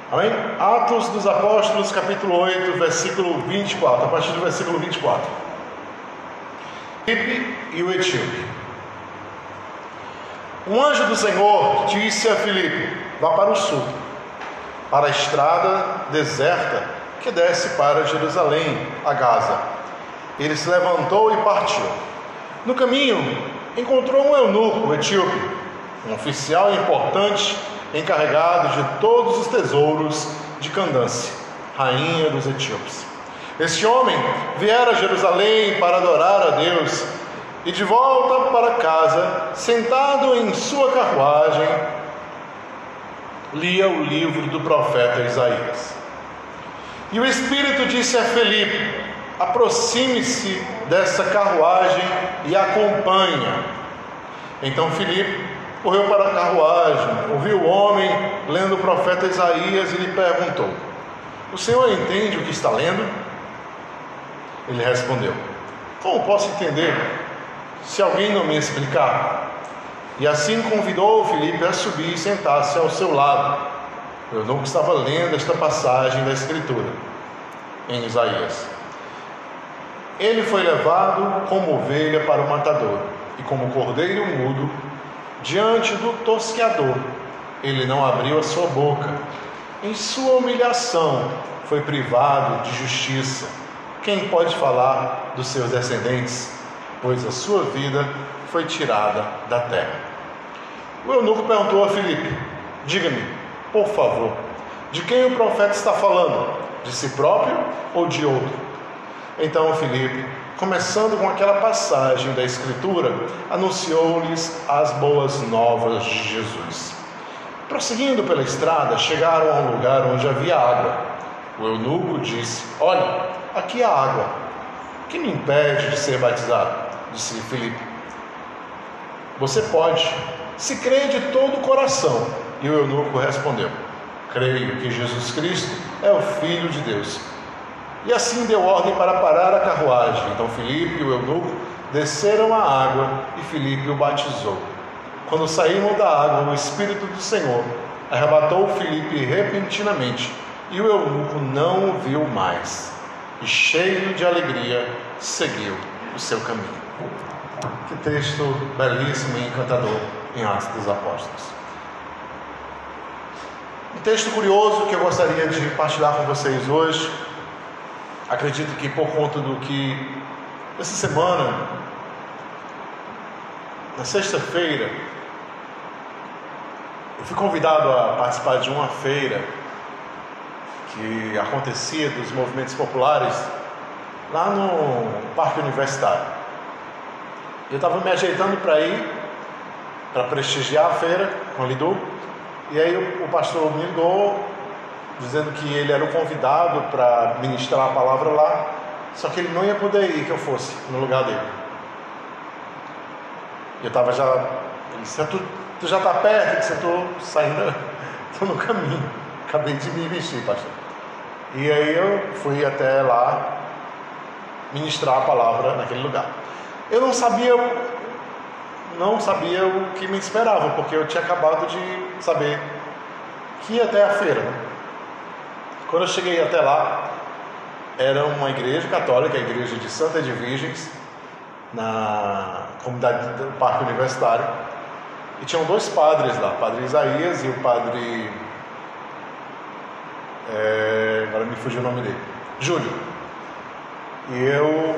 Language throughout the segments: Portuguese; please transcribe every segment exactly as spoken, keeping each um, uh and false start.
Amém? Atos dos Apóstolos, capítulo oito, versículo vinte e quatro, a partir do versículo vinte e quatro. Filipe e o etíope. Um anjo do Senhor disse a Filipe: vá para o sul, para a estrada deserta que desce para Jerusalém, a Gaza. Ele se levantou e partiu. No caminho, encontrou um eunuco etíope, um oficial importante, encarregado de todos os tesouros de Candance, rainha dos etíopes. Este homem viera a Jerusalém para adorar a Deus, e de volta para casa, sentado em sua carruagem, lia o livro do profeta Isaías. E o Espírito disse a Filipe: aproxime-se dessa carruagem e acompanha. Então Filipe correu para a carruagem, ouviu o homem lendo o profeta Isaías e lhe perguntou: o senhor entende o que está lendo? Ele respondeu: como posso entender se alguém não me explicar? E assim convidou Filipe a subir e sentar-se ao seu lado. O eunuco estava lendo esta passagem da Escritura em Isaías: ele foi levado como ovelha para o matador, e como cordeiro mudo diante do tosqueador, ele não abriu a sua boca. Em sua humilhação foi privado de justiça. Quem pode falar dos seus descendentes? Pois a sua vida foi tirada da terra. O eunuco perguntou a Filipe: diga-me, por favor, de quem o profeta está falando? De si próprio ou de outro? Então Filipe, começando com aquela passagem da Escritura, anunciou-lhes as boas novas de Jesus. Prosseguindo pela estrada, chegaram a um lugar onde havia água. O eunuco disse: olha, aqui há água. O que me impede de ser batizado? Disse Filipe: você pode, se crê de todo o coração. E o eunuco respondeu: creio que Jesus Cristo é o Filho de Deus. E assim deu ordem para parar a carruagem. Então Filipe e o eunuco desceram à água e Filipe o batizou. Quando saíram da água, o Espírito do Senhor arrebatou Filipe repentinamente, e o eunuco não o viu mais, e cheio de alegria seguiu o seu caminho. Que texto belíssimo e encantador em Atos dos Apóstolos. Um texto curioso que eu gostaria de partilhar com vocês hoje. Acredito que por conta do que essa semana, na sexta-feira, eu fui convidado a participar de uma feira que acontecia dos movimentos populares lá no Parque Universitário. Eu estava me ajeitando para ir, para prestigiar a feira com a Lidu, e aí o, o pastor me ligou, dizendo que ele era o convidado para ministrar a palavra lá, só que ele não ia poder ir, que eu fosse no lugar dele. Eu estava já, ele disse: tu, tu já está perto? Eu disse: eu estou saindo, estou no caminho, acabei de me vestir, pastor. E aí eu fui até lá ministrar a palavra naquele lugar. Eu não sabia, não sabia o que me esperava, porque eu tinha acabado de saber que ia até a feira, né? Quando eu cheguei até lá, era uma igreja católica, a igreja de Santa de Virgens, na comunidade do Parque Universitário, e tinham dois padres lá, o padre Isaías e o padre, é, agora me fugiu o nome dele, Júlio. E eu,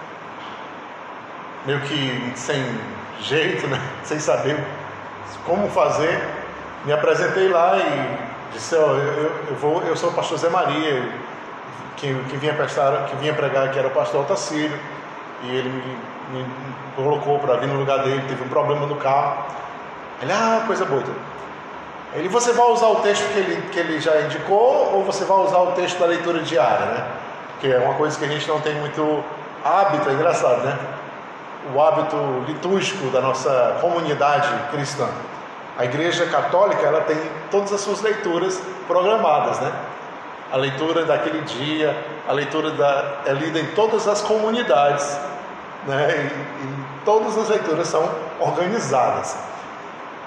meio que sem jeito, né, sem saber como fazer, me apresentei lá e disse: oh, eu, eu, vou, eu sou o pastor Zé Maria, que, que, vinha prestar, que vinha pregar, que era o pastor Otacílio, e ele me, me colocou para vir no lugar dele, teve um problema no carro. Ele: ah, coisa boa. Ele: você vai usar o texto que ele, que ele já indicou, ou você vai usar o texto da leitura diária, né? Que é uma coisa que a gente não tem muito hábito, é engraçado, né? O hábito litúrgico da nossa comunidade cristã. A igreja católica, ela tem todas as suas leituras programadas, né? A leitura daquele dia, a leitura da, é lida em todas as comunidades, né? E, e todas as leituras são organizadas.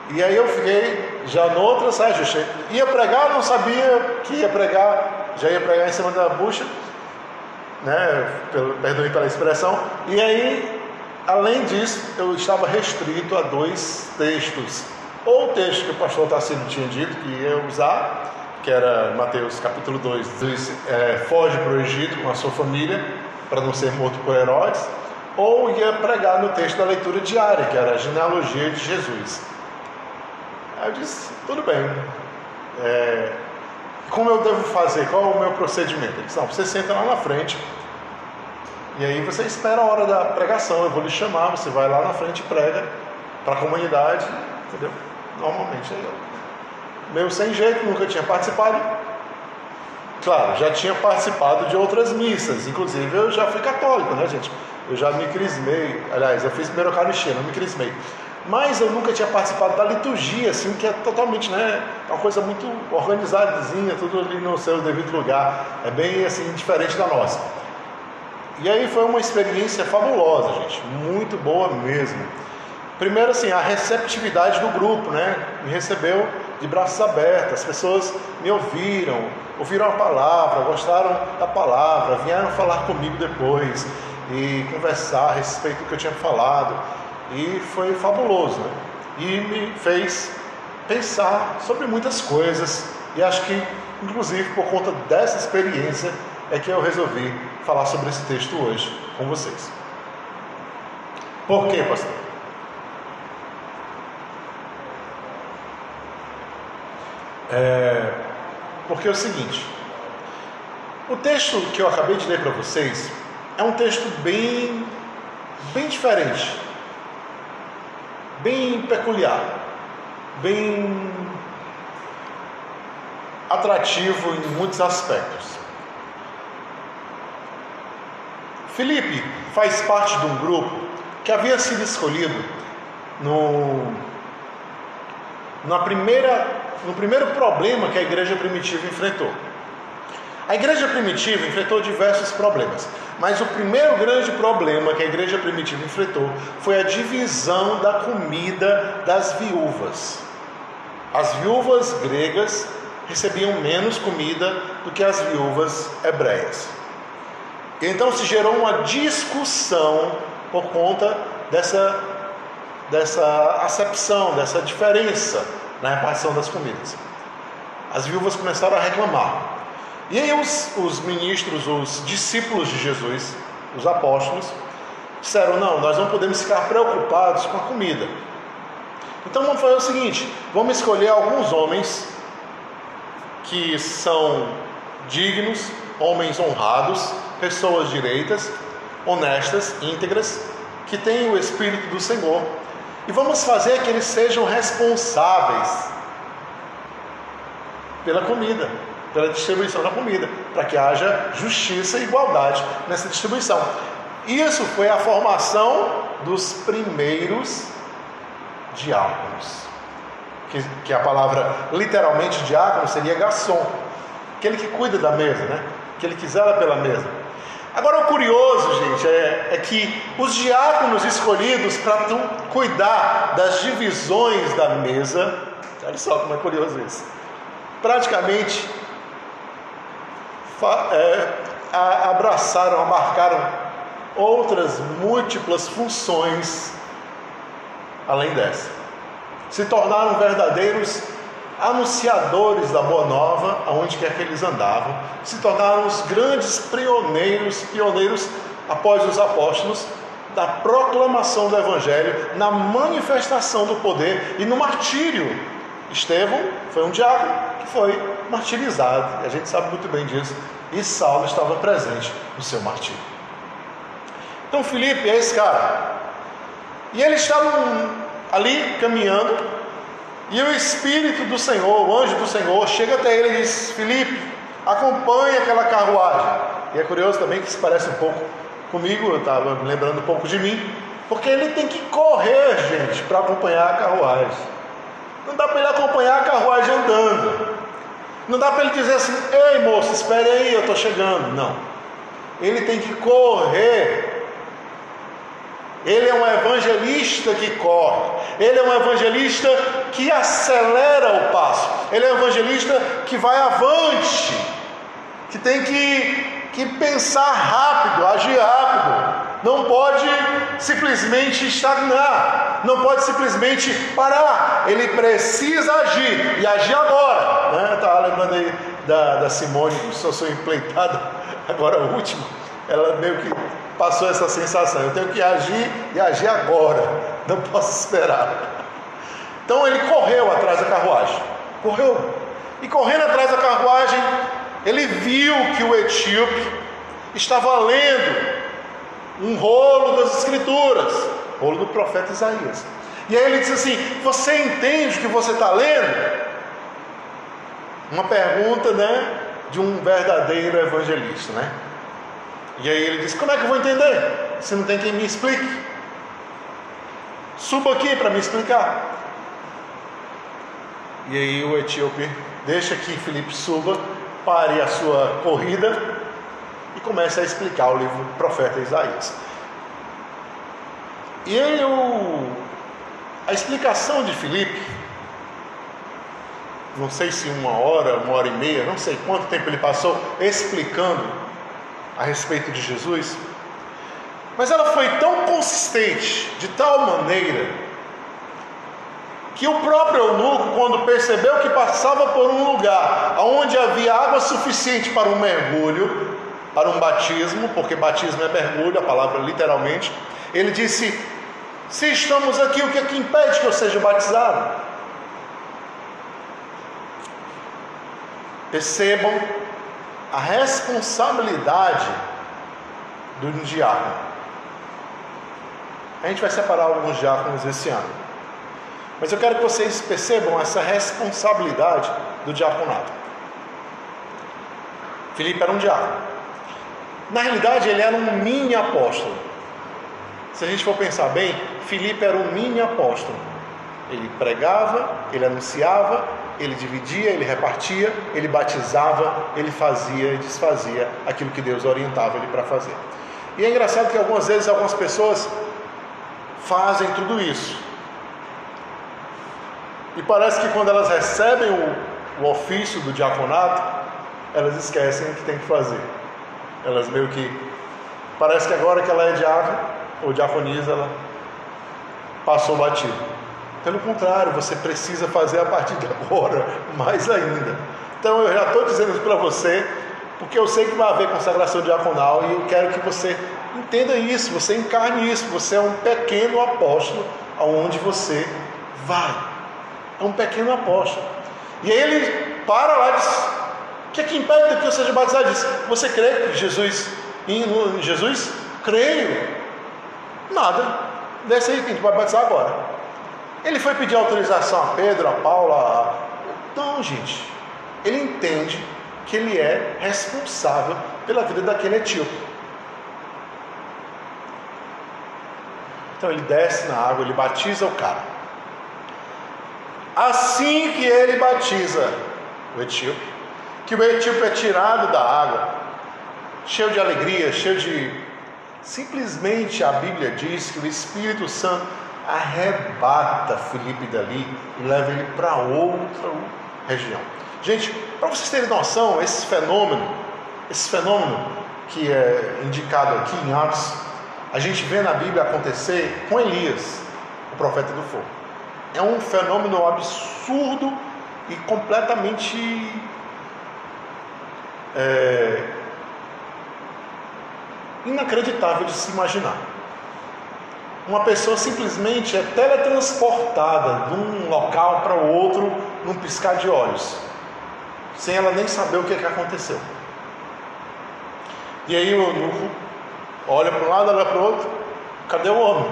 E aí eu fiquei já no outro site, ia pregar, não sabia que ia pregar, já ia pregar em cima da bucha, né? Pelo, perdoe pela expressão. E aí, além disso, eu estava restrito a dois textos. Ou o texto que o pastor Tarcísio tinha dito que ia usar, que era Mateus capítulo dois, diz, é, foge para o Egito com a sua família, para não ser morto por Herodes, ou ia pregar no texto da leitura diária, que era a genealogia de Jesus. Aí eu disse, tudo bem, é, como eu devo fazer? Qual é o meu procedimento? Ele disse, não, você senta lá na frente, e aí você espera a hora da pregação, eu vou lhe chamar, você vai lá na frente e prega para a comunidade, entendeu? Normalmente aí eu, meio sem jeito, nunca tinha participado. Claro, já tinha participado de outras missas, inclusive eu já fui católico, né, gente? Eu já me crismei, aliás, eu fiz primeiro Eucaristia, não me crismei. Mas eu nunca tinha participado da liturgia, assim, que é totalmente, né, uma coisa muito organizadazinha, tudo ali no seu devido lugar. É bem, assim, diferente da nossa. E aí foi uma experiência fabulosa, gente, muito boa mesmo. Primeiro, assim, a receptividade do grupo, né, me recebeu de braços abertos, as pessoas me ouviram, ouviram a palavra, gostaram da palavra, vieram falar comigo depois e conversar a respeito do que eu tinha falado. E foi fabuloso, né? E me fez pensar sobre muitas coisas. E acho que, inclusive, por conta dessa experiência, é que eu resolvi falar sobre esse texto hoje com vocês. Por quê, pastor? É, porque é o seguinte, o texto que eu acabei de ler para vocês é um texto bem, bem diferente, bem peculiar, bem atrativo em muitos aspectos. Filipe faz parte de um grupo que havia sido escolhido no, na primeira, no primeiro problema que a igreja primitiva enfrentou. A igreja primitiva enfrentou diversos problemas, mas o primeiro grande problema que a igreja primitiva enfrentou foi a divisão da comida das viúvas. As viúvas gregas recebiam menos comida do que as viúvas hebreias. Então se gerou uma discussão por conta dessa, dessa acepção, dessa diferença na repartição das comidas. As viúvas começaram a reclamar. E aí os, os ministros, os discípulos de Jesus, os apóstolos, disseram, não, nós não podemos ficar preocupados com a comida. Então vamos fazer o seguinte, vamos escolher alguns homens que são dignos, homens honrados, pessoas direitas, honestas, íntegras, que têm o Espírito do Senhor, e vamos fazer que eles sejam responsáveis pela comida, pela distribuição da comida, para que haja justiça e igualdade nessa distribuição. Isso foi a formação dos primeiros diáconos, que, que a palavra literalmente diácono seria garçom, aquele que cuida da mesa, né? Aquele que zela pela mesa. Agora o curioso, gente, é, é que os diáconos escolhidos para cuidar das divisões da mesa, olha só como é curioso isso, praticamente é, abraçaram, abarcaram outras múltiplas funções além dessa. Se tornaram verdadeiros anunciadores da Boa Nova, aonde quer que eles andavam, se tornaram os grandes pioneiros, pioneiros após os apóstolos, da proclamação do Evangelho, na manifestação do poder e no martírio. Estevão foi um diácono que foi martirizado, e a gente sabe muito bem disso, e Saulo estava presente no seu martírio. Então Filipe é esse cara, e eles estavam ali caminhando, e o Espírito do Senhor, o anjo do Senhor, chega até ele e diz, Filipe, acompanha aquela carruagem. E é curioso também que se parece um pouco comigo, eu estava me lembrando um pouco de mim, porque ele tem que correr, gente, para acompanhar a carruagem. Não dá para ele acompanhar a carruagem andando. Não dá para ele dizer assim, ei moço, espere aí, eu estou chegando. Não. Ele tem que correr Ele é um evangelista que corre, ele é um evangelista que acelera o passo, ele é um evangelista que vai avante, que tem que, que pensar rápido, agir rápido, não pode simplesmente estagnar, não pode simplesmente parar, ele precisa agir, e agir agora, né? Estava lembrando aí da, da Simone, que só sou empleitada, agora a última, ela meio que passou essa sensação, eu tenho que agir e agir agora, não posso esperar. Então ele correu atrás da carruagem, correu, e correndo atrás da carruagem, ele viu que o etíope estava lendo um rolo das escrituras, rolo do profeta Isaías, e aí ele disse assim: você entende o que você está lendo? Uma pergunta, né, de um verdadeiro evangelista, né? E aí ele disse: como é que eu vou entender, se não tem quem me explique? Suba aqui para me explicar. E aí o etíope deixa que Filipe suba, pare a sua corrida e comece a explicar o livro do profeta Isaías. E aí o, a explicação de Filipe, não sei se uma hora, uma hora e meia, não sei quanto tempo ele passou explicando a respeito de Jesus, mas ela foi tão consistente, de tal maneira, que o próprio eunuco, quando percebeu que passava por um lugar onde havia água suficiente para um mergulho, para um batismo, porque batismo é mergulho, a palavra literalmente, ele disse: se estamos aqui, o que é que impede que eu seja batizado? Percebam a responsabilidade do diácono. A gente vai separar alguns diáconos esse ano, mas eu quero que vocês percebam essa responsabilidade do diaconato. Filipe era um diácono. Na realidade, ele era um mini apóstolo. Se a gente for pensar bem, Filipe era um mini apóstolo. Ele pregava, ele anunciava, ele dividia, ele repartia, ele batizava, ele fazia e desfazia aquilo que Deus orientava ele para fazer. E é engraçado que algumas vezes algumas pessoas fazem tudo isso, e parece que quando elas recebem o, o ofício do diaconato, elas esquecem o que tem que fazer. Elas meio que, parece que agora que ela é diácono ou diaconisa, ela passou batido. Pelo contrário, você precisa fazer a partir de agora, mais ainda. Então eu já estou dizendo isso para você, porque eu sei que vai haver consagração diaconal, e eu quero que você entenda isso, você encarne isso. Você é um pequeno apóstolo aonde você vai. É um pequeno apóstolo. E aí ele para lá e diz: o que é que impede que eu seja batizado? Ele diz: você crê que Jesus, em Jesus? Creio. Nada, desce aí que a gente vai batizar agora. Ele foi pedir autorização a Pedro, a Paulo, a... Não, gente, ele entende que ele é responsável pela vida daquele etíope. Então ele desce na água, ele batiza o cara. Assim que ele batiza o etíope, que o etíope é tirado da água, cheio de alegria, cheio de... Simplesmente a Bíblia diz que o Espírito Santo arrebata Filipe dali e leva ele para outra região. Gente, para vocês terem noção, esse fenômeno, esse fenômeno que é indicado aqui em Atos, a gente vê na Bíblia acontecer com Elias, o profeta do fogo. É um fenômeno absurdo e completamente é, inacreditável de se imaginar. Uma pessoa simplesmente é teletransportada de um local para o outro num piscar de olhos, sem ela nem saber o que, é que aconteceu. E aí o eunuco olha para um lado, olha para o outro: cadê o homem?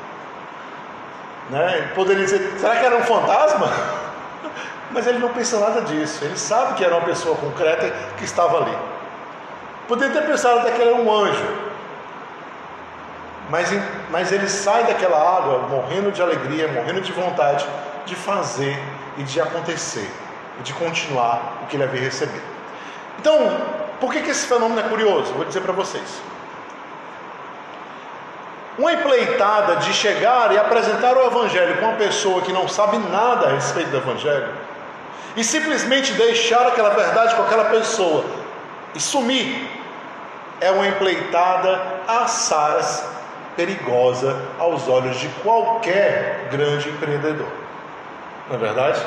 Né? Ele poderia dizer: será que era um fantasma? Mas ele não pensa nada disso. Ele sabe que era uma pessoa concreta que estava ali. Poderia ter pensado até que ele era um anjo. Mas, mas ele sai daquela água morrendo de alegria, morrendo de vontade de fazer e de acontecer, e de continuar o que ele havia recebido. Então, por que, que esse fenômeno é curioso? Vou dizer para vocês. Uma empleitada de chegar e apresentar o Evangelho com uma pessoa que não sabe nada a respeito do Evangelho e simplesmente deixar aquela verdade com aquela pessoa e sumir, é uma empleitada assaz perigosa aos olhos de qualquer grande empreendedor. Não é verdade?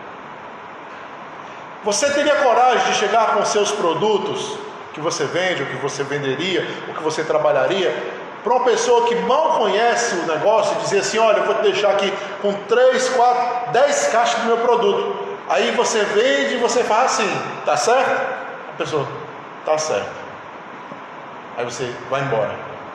Você teria coragem de chegar com seus produtos que você vende, ou que você venderia, ou que você trabalharia, para uma pessoa que mal conhece o negócio e dizer assim: olha, eu vou te deixar aqui com três, quatro, dez caixas do meu produto. Aí você vende e você faz assim, tá certo? A pessoa, tá certo. Aí você vai embora.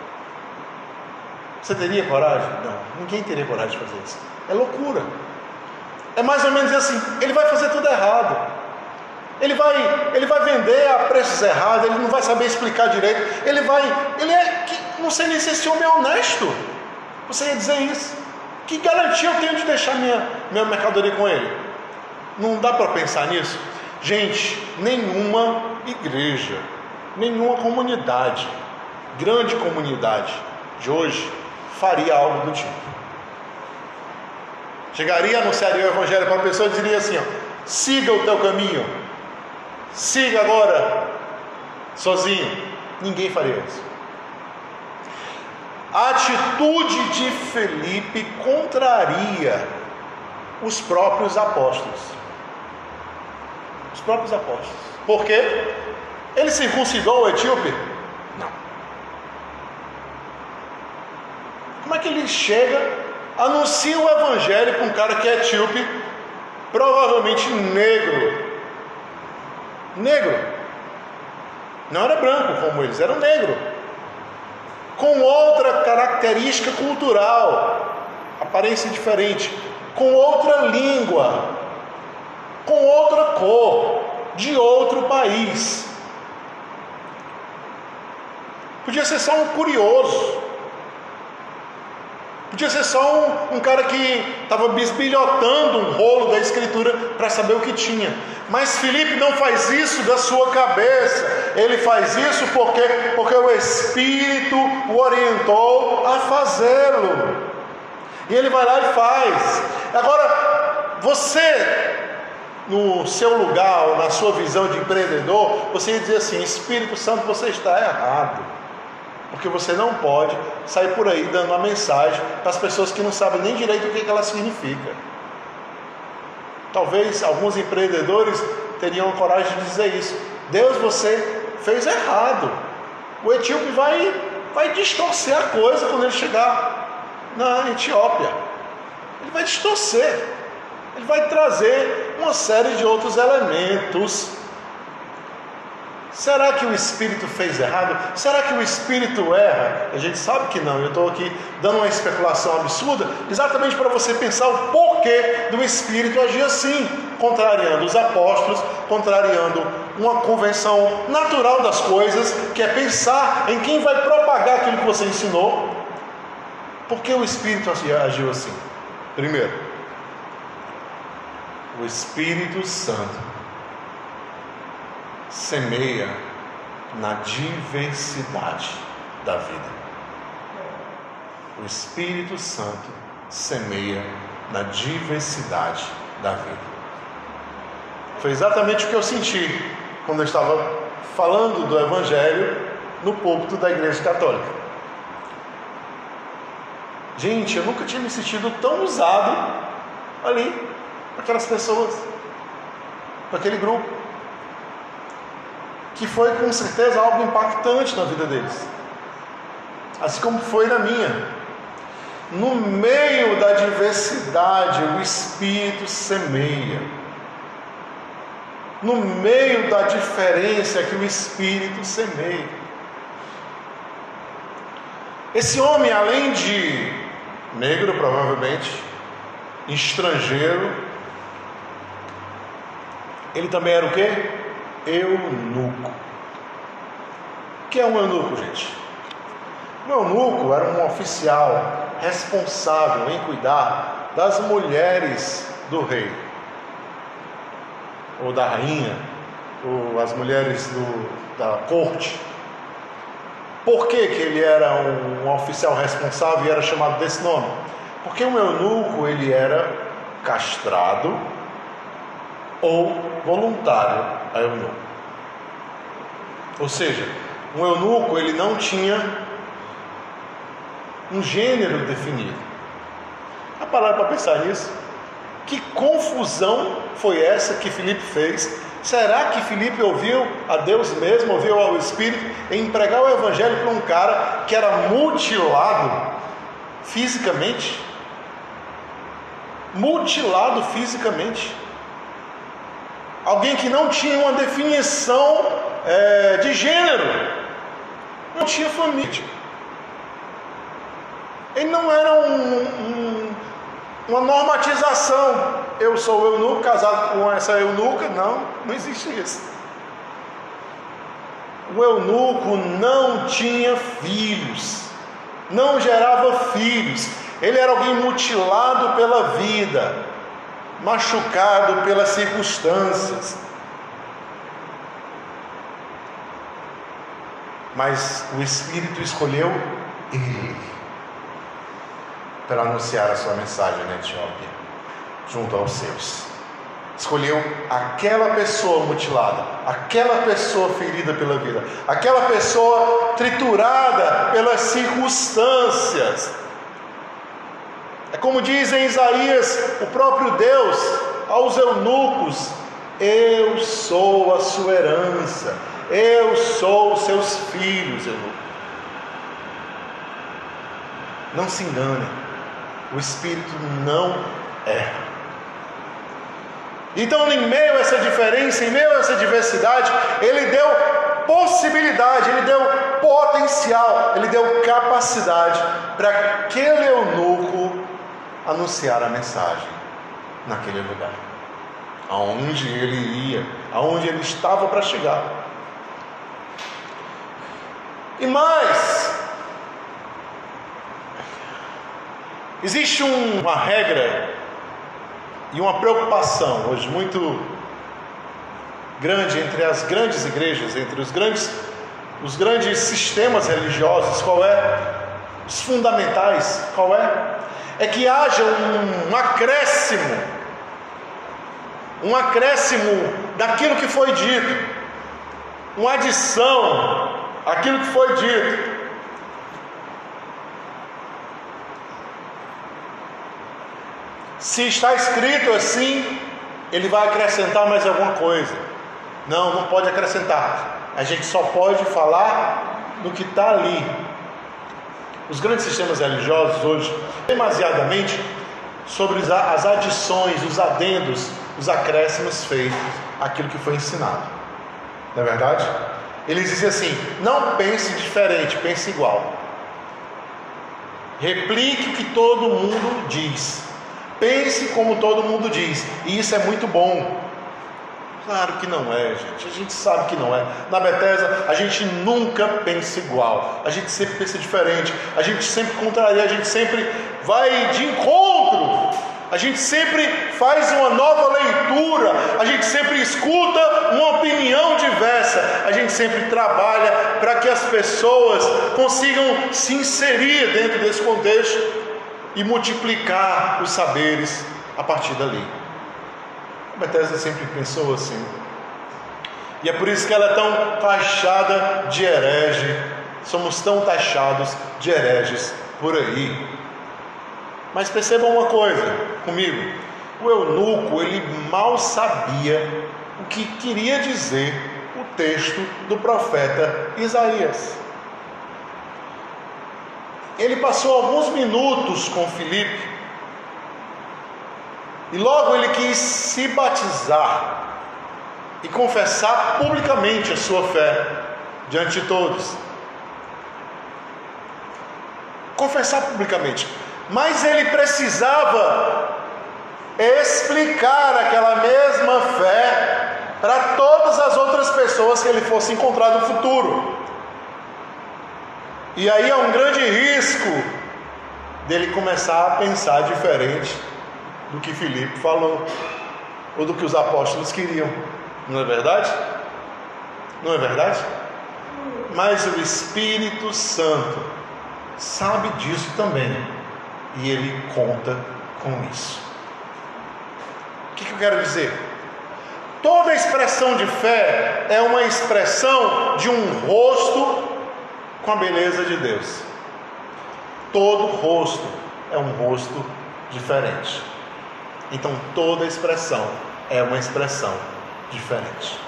Você teria coragem? Não, ninguém teria coragem de fazer isso. É loucura. É mais ou menos assim, ele vai fazer tudo errado. Ele vai, ele vai vender a preços errados, ele não vai saber explicar direito. Ele vai, ele é, que, não sei nem se esse homem é honesto. Você ia dizer isso. Que garantia eu tenho de deixar minha, minha mercadoria com ele? Não dá para pensar nisso? Gente, nenhuma igreja, nenhuma comunidade, grande comunidade de hoje, faria algo do tipo. Chegaria, anunciaria o Evangelho para a pessoa e diria assim: ó, siga o teu caminho, siga agora, sozinho. Ninguém faria isso. A atitude de Felipe contraria os próprios apóstolos. Os próprios apóstolos. Por quê? Ele circuncidou o etíope? Não. Como é que ele chega, anuncia o Evangelho para um cara que é etíope, provavelmente negro? Negro. Não era branco como eles, era negro. Com outra característica cultural, aparência diferente, com outra língua, com outra cor, de outro país. Podia ser só um curioso, podia ser só um, um cara que estava bisbilhotando um rolo da escritura para saber o que tinha. Mas Felipe não faz isso da sua cabeça, ele faz isso porque, porque o Espírito o orientou a fazê-lo, e ele vai lá e faz. Agora, você, no seu lugar, ou na sua visão de empreendedor, você ia dizer assim: Espírito Santo, você está errado, porque você não pode sair por aí dando uma mensagem para as pessoas que não sabem nem direito o que, que ela significa. Talvez alguns empreendedores teriam coragem de dizer isso: Deus, você fez errado. O etíope vai, vai distorcer a coisa quando ele chegar na Etiópia. Ele vai distorcer. Ele vai trazer uma série de outros elementos. Será que o Espírito fez errado? Será que o Espírito erra? A gente sabe que não. Eu estou aqui dando uma especulação absurda, exatamente para você pensar o porquê do Espírito agir assim, contrariando os apóstolos, contrariando uma convenção natural das coisas, que é pensar em quem vai propagar aquilo que você ensinou. Por que o Espírito agiu assim? Primeiro, o Espírito Santo semeia na diversidade da vida. O Espírito Santo semeia na diversidade da vida. Foi exatamente o que eu senti quando eu estava falando do Evangelho no púlpito da Igreja Católica. Gente, eu nunca tinha me sentido tão usado ali, com aquelas pessoas, com aquele grupo, que foi com certeza algo impactante na vida deles, assim como foi na minha. No meio da diversidade, o Espírito semeia. No meio da diferença que o Espírito semeia. Esse homem, além de negro, provavelmente, estrangeiro, ele também era o quê? Eunuco. O que é um eunuco, gente? Um eunuco era um oficial responsável em cuidar das mulheres do rei, ou da rainha, ou as mulheres do, da corte. Por que, que ele era um, um oficial responsável e era chamado desse nome? Porque um eunuco ele era castrado ou voluntário a eunuco. Ou seja, um eunuco ele não tinha um gênero definido. A palavra para pensar nisso? Que confusão foi essa que Filipe fez? Será que Filipe ouviu a Deus mesmo, ouviu ao Espírito em pregar o Evangelho para um cara que era mutilado fisicamente? Mutilado fisicamente. Alguém que não tinha uma definição é, de gênero, não tinha família. Ele não era um, um, uma normatização. Eu sou eunuco, casado com essa eunuca. Não, não existe isso. O eunuco não tinha filhos, não gerava filhos. Ele era alguém mutilado pela vida, machucado pelas circunstâncias. Mas o Espírito escolheu ele para anunciar a sua mensagem na Etiópia, junto aos seus. Escolheu aquela pessoa mutilada, aquela pessoa ferida pela vida, aquela pessoa triturada pelas circunstâncias. É como diz em Isaías, o próprio Deus aos eunucos: eu sou a sua herança, eu sou os seus filhos, eunuco. Não se engane, o Espírito não erra. Então, em meio a essa diferença, em meio a essa diversidade, ele deu possibilidade, ele deu potencial, ele deu capacidade para aquele eunuco anunciar a mensagem naquele lugar, aonde ele ia, aonde ele estava para chegar. E mais, existe um, uma regra e uma preocupação hoje muito grande entre as grandes igrejas, entre os grandes, os grandes sistemas religiosos. Qual é? Os fundamentais, qual é? É que haja um, um acréscimo, um acréscimo daquilo que foi dito, uma adição àquilo que foi dito. Se está escrito assim, ele vai acrescentar mais alguma coisa. Não, não pode acrescentar. A gente só pode falar do que está ali. Os grandes sistemas religiosos hoje, demasiadamente, sobre as adições, os adendos, os acréscimos feitos àquilo que foi ensinado. Não é verdade? Eles dizem assim: não pense diferente, pense igual. Replique o que todo mundo diz. Pense como todo mundo diz. E isso é muito bom. Claro que não é, gente. A gente sabe que não é. Na Bethesda, a gente nunca pensa igual. A gente sempre pensa diferente. A gente sempre contraria. A gente sempre vai de encontro. A gente sempre faz uma nova leitura. A gente sempre escuta uma opinião diversa. A gente sempre trabalha para que as pessoas consigam se inserir dentro desse contexto e multiplicar os saberes a partir dali. A Bethesda sempre pensou assim. E é por isso que ela é tão taxada de herege. Somos tão taxados de hereges por aí. Mas percebam uma coisa comigo: o eunuco, ele mal sabia o que queria dizer o texto do profeta Isaías. Ele passou alguns minutos com Filipe e logo ele quis se batizar e confessar publicamente a sua fé diante de todos. Confessar publicamente. Mas ele precisava explicar aquela mesma fé para todas as outras pessoas que ele fosse encontrar no futuro. E aí há um grande risco dele começar a pensar diferente do que Filipe falou, ou do que os apóstolos queriam. Não é verdade? Não é verdade? mas o Espírito Santo sabe disso também, e ele conta com isso. O que, que eu quero dizer? Toda expressão de fé é uma expressão de um rosto com a beleza de Deus. Todo rosto é um rosto diferente. Então toda expressão é uma expressão diferente.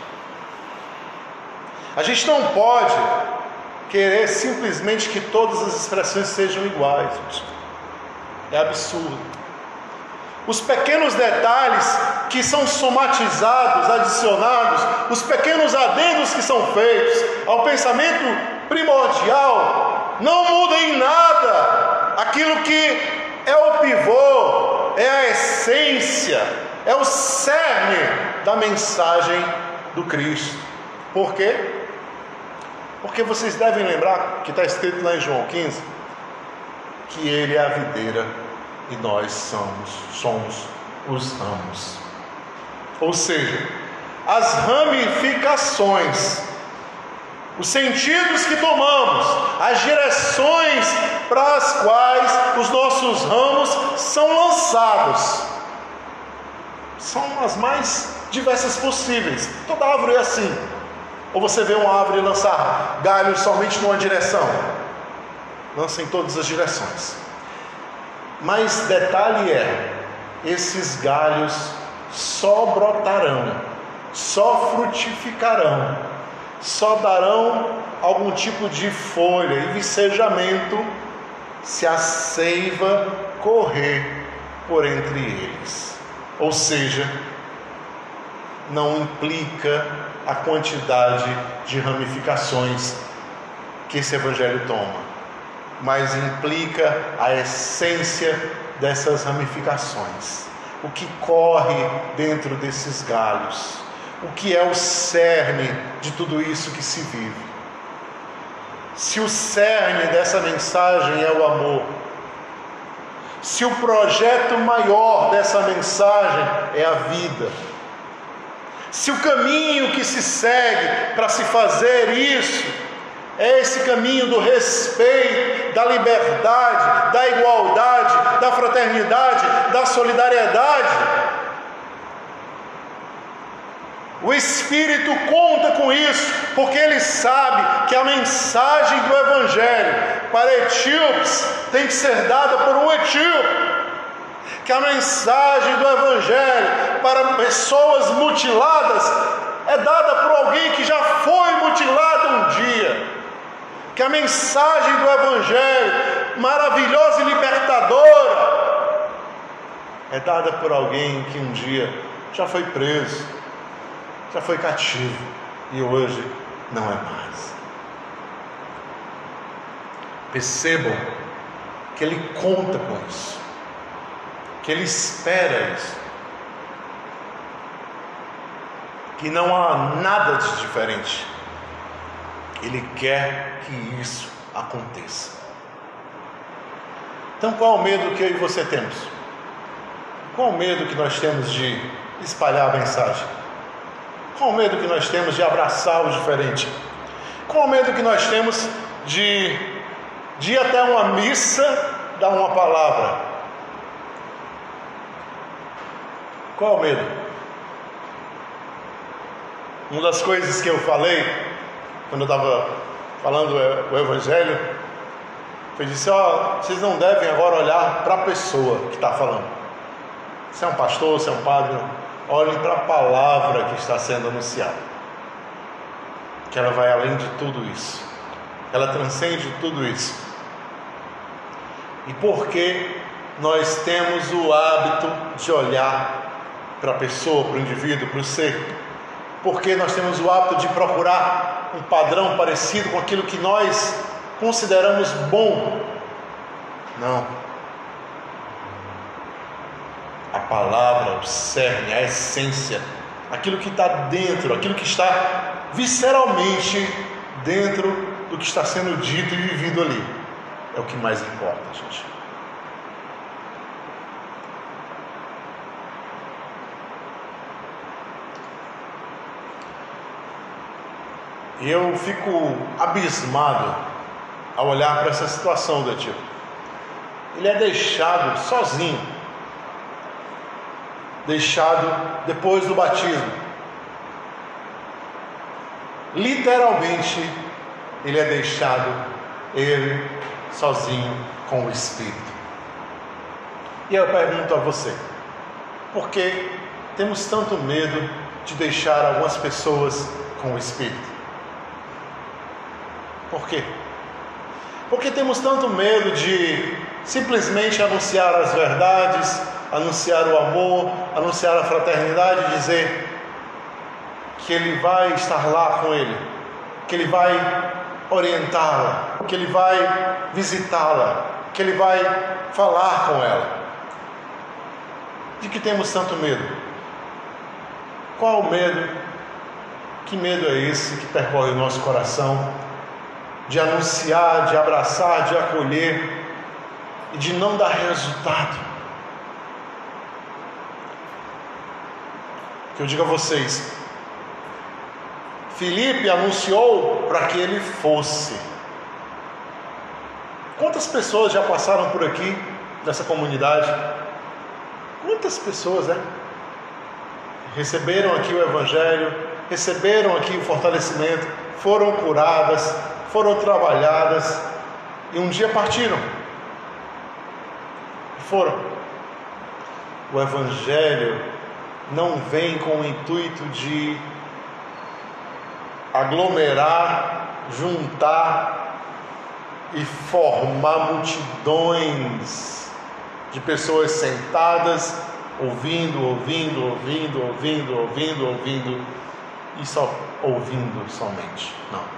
A gente não pode querer simplesmente que todas as expressões sejam iguais, gente. É absurdo. Os pequenos detalhes que são somatizados, adicionados, os pequenos adendos que são feitos ao pensamento primordial, não mudam em nada aquilo que é o pivô, é a essência, é o cerne da mensagem do Cristo. Por quê? Porque vocês devem lembrar que está escrito lá em João quinze, que Ele é a videira e nós somos, somos os ramos. Ou seja, as ramificações, os sentidos que tomamos, as direções para as quais os nossos ramos são lançados, são as mais diversas possíveis. Toda árvore é assim. Ou você vê uma árvore lançar galhos somente numa direção? Lança em todas as direções. Mas detalhe é, esses galhos só brotarão, só frutificarão, só darão algum tipo de folha e vicejamento se a seiva correr por entre eles. Ou seja, não implica a quantidade de ramificações que esse evangelho toma, mas implica a essência dessas ramificações, o que corre dentro desses galhos, o que é o cerne de tudo isso que se vive. Se o cerne dessa mensagem é o amor, se o projeto maior dessa mensagem é a vida, se o caminho que se segue para se fazer isso é esse caminho do respeito, da liberdade, da igualdade, da fraternidade, da solidariedade, o Espírito conta com isso, porque ele sabe que a mensagem do Evangelho para etíopes tem que ser dada por um etíope, que a mensagem do Evangelho para pessoas mutiladas é dada por alguém que já foi mutilado um dia, que a mensagem do Evangelho maravilhosa e libertadora é dada por alguém que um dia já foi preso, já foi cativo e hoje não é mais. Percebam que ele conta com isso, que ele espera isso, que não há nada de diferente. Ele quer que isso aconteça. Então qual o medo que eu e você temos? Qual o medo que nós temos de espalhar a mensagem? Qual o medo que nós temos de abraçar o diferente? Qual o medo que nós temos de, de ir até uma missa, dar uma palavra? Qual o medo? Uma das coisas que eu falei quando eu estava falando o Evangelho, foi dizer, ó, vocês não devem agora olhar para a pessoa que está falando. Se é um pastor, se é um padre, olhem para a palavra que está sendo anunciada, que ela vai além de tudo isso, ela transcende tudo isso. E porque nós temos o hábito de olhar para a pessoa, para o indivíduo, para o ser, porque nós temos o hábito de procurar um padrão parecido com aquilo que nós consideramos bom. Não. A palavra, o cerne, a essência, aquilo que está dentro, aquilo que está visceralmente dentro do que está sendo dito e vivido ali, é o que mais importa, gente. E eu fico abismado ao olhar para essa situação do Etíope. Ele é deixado sozinho, deixado depois do batismo. Literalmente, ele é deixado, ele sozinho com o Espírito. E eu pergunto a você, por que temos tanto medo de deixar algumas pessoas com o Espírito? Por quê? Porque temos tanto medo de simplesmente anunciar as verdades, anunciar o amor, anunciar a fraternidade e dizer que Ele vai estar lá com ele, que Ele vai orientá-la, que Ele vai visitá-la, que Ele vai falar com ela. De que temos tanto medo? Qual o medo? Que medo é esse que percorre o nosso coração? De anunciar, de abraçar, de acolher e de não dar resultado. Que eu digo a vocês, Filipe anunciou para que ele fosse. Quantas pessoas já passaram por aqui, nessa comunidade? Quantas pessoas, né? Receberam aqui o Evangelho, receberam aqui o fortalecimento, foram curadas, foram trabalhadas e um dia partiram. Foram. O Evangelho não vem com o intuito de aglomerar, juntar e formar multidões de pessoas sentadas, ouvindo, ouvindo, ouvindo, ouvindo, ouvindo, ouvindo e só ouvindo somente. Não.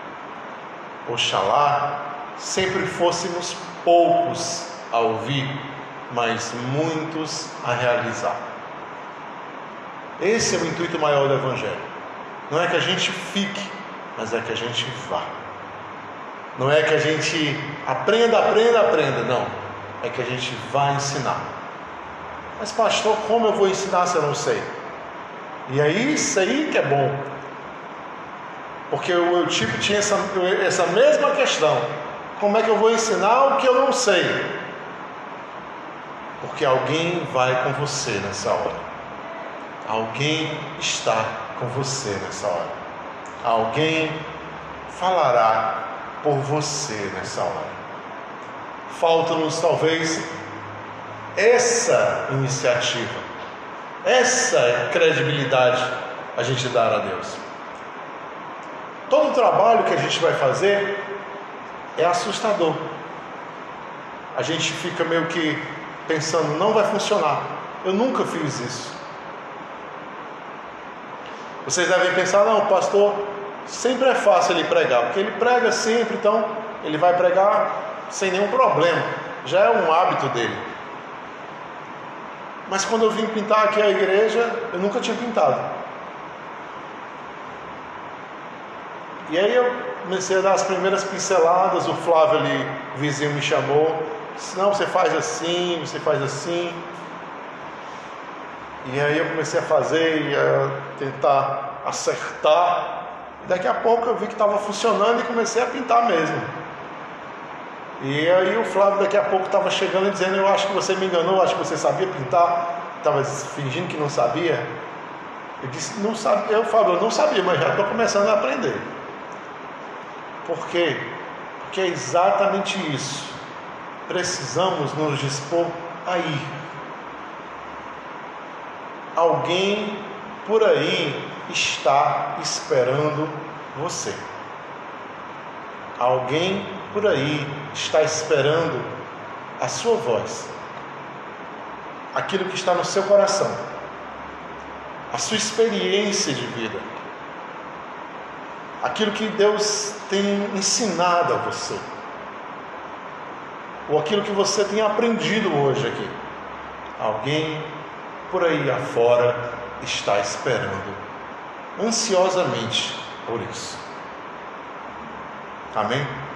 Oxalá sempre fôssemos poucos a ouvir, mas muitos a realizar. Esse é o intuito maior do Evangelho. Não é que a gente fique, mas é que a gente vá. Não é que a gente aprenda, aprenda, aprenda. Não. É que a gente vá ensinar. Mas pastor, como eu vou ensinar se eu não sei? E aí, isso aí que é bom. Porque o Eutico tinha essa, essa mesma questão. Como é que eu vou ensinar o que eu não sei? Porque alguém vai com você nessa hora. Alguém está com você nessa hora. Alguém falará por você nessa hora. Falta-nos talvez essa iniciativa, essa credibilidade a gente dar a Deus. Todo o trabalho que a gente vai fazer é assustador. A gente fica meio que pensando, não vai funcionar. Eu nunca fiz isso. Vocês devem pensar, não, o pastor sempre é fácil ele pregar, porque ele prega sempre, então ele vai pregar sem nenhum problema. Já é um hábito dele. Mas quando eu vim pintar aqui a igreja, eu nunca tinha pintado. E aí eu comecei a dar as primeiras pinceladas, o Flávio ali, vizinho, me chamou, disse, não, você faz assim, você faz assim. E aí eu comecei a fazer e a tentar acertar. E daqui a pouco eu vi que estava funcionando e comecei a pintar mesmo. E aí o Flávio daqui a pouco estava chegando e dizendo, eu acho que você me enganou, acho que você sabia pintar. Estava fingindo que não sabia. Eu disse, não sabia. Eu, Flávio, eu não sabia, mas já estou começando a aprender. Por quê? Porque é exatamente isso. Precisamos nos dispor a ir. Alguém por aí está esperando você. Alguém por aí está esperando a sua voz. Aquilo que está no seu coração. A sua experiência de vida. Aquilo que Deus tem ensinado a você. Ou aquilo que você tem aprendido hoje aqui. Alguém por aí afora está esperando ansiosamente por isso. Amém?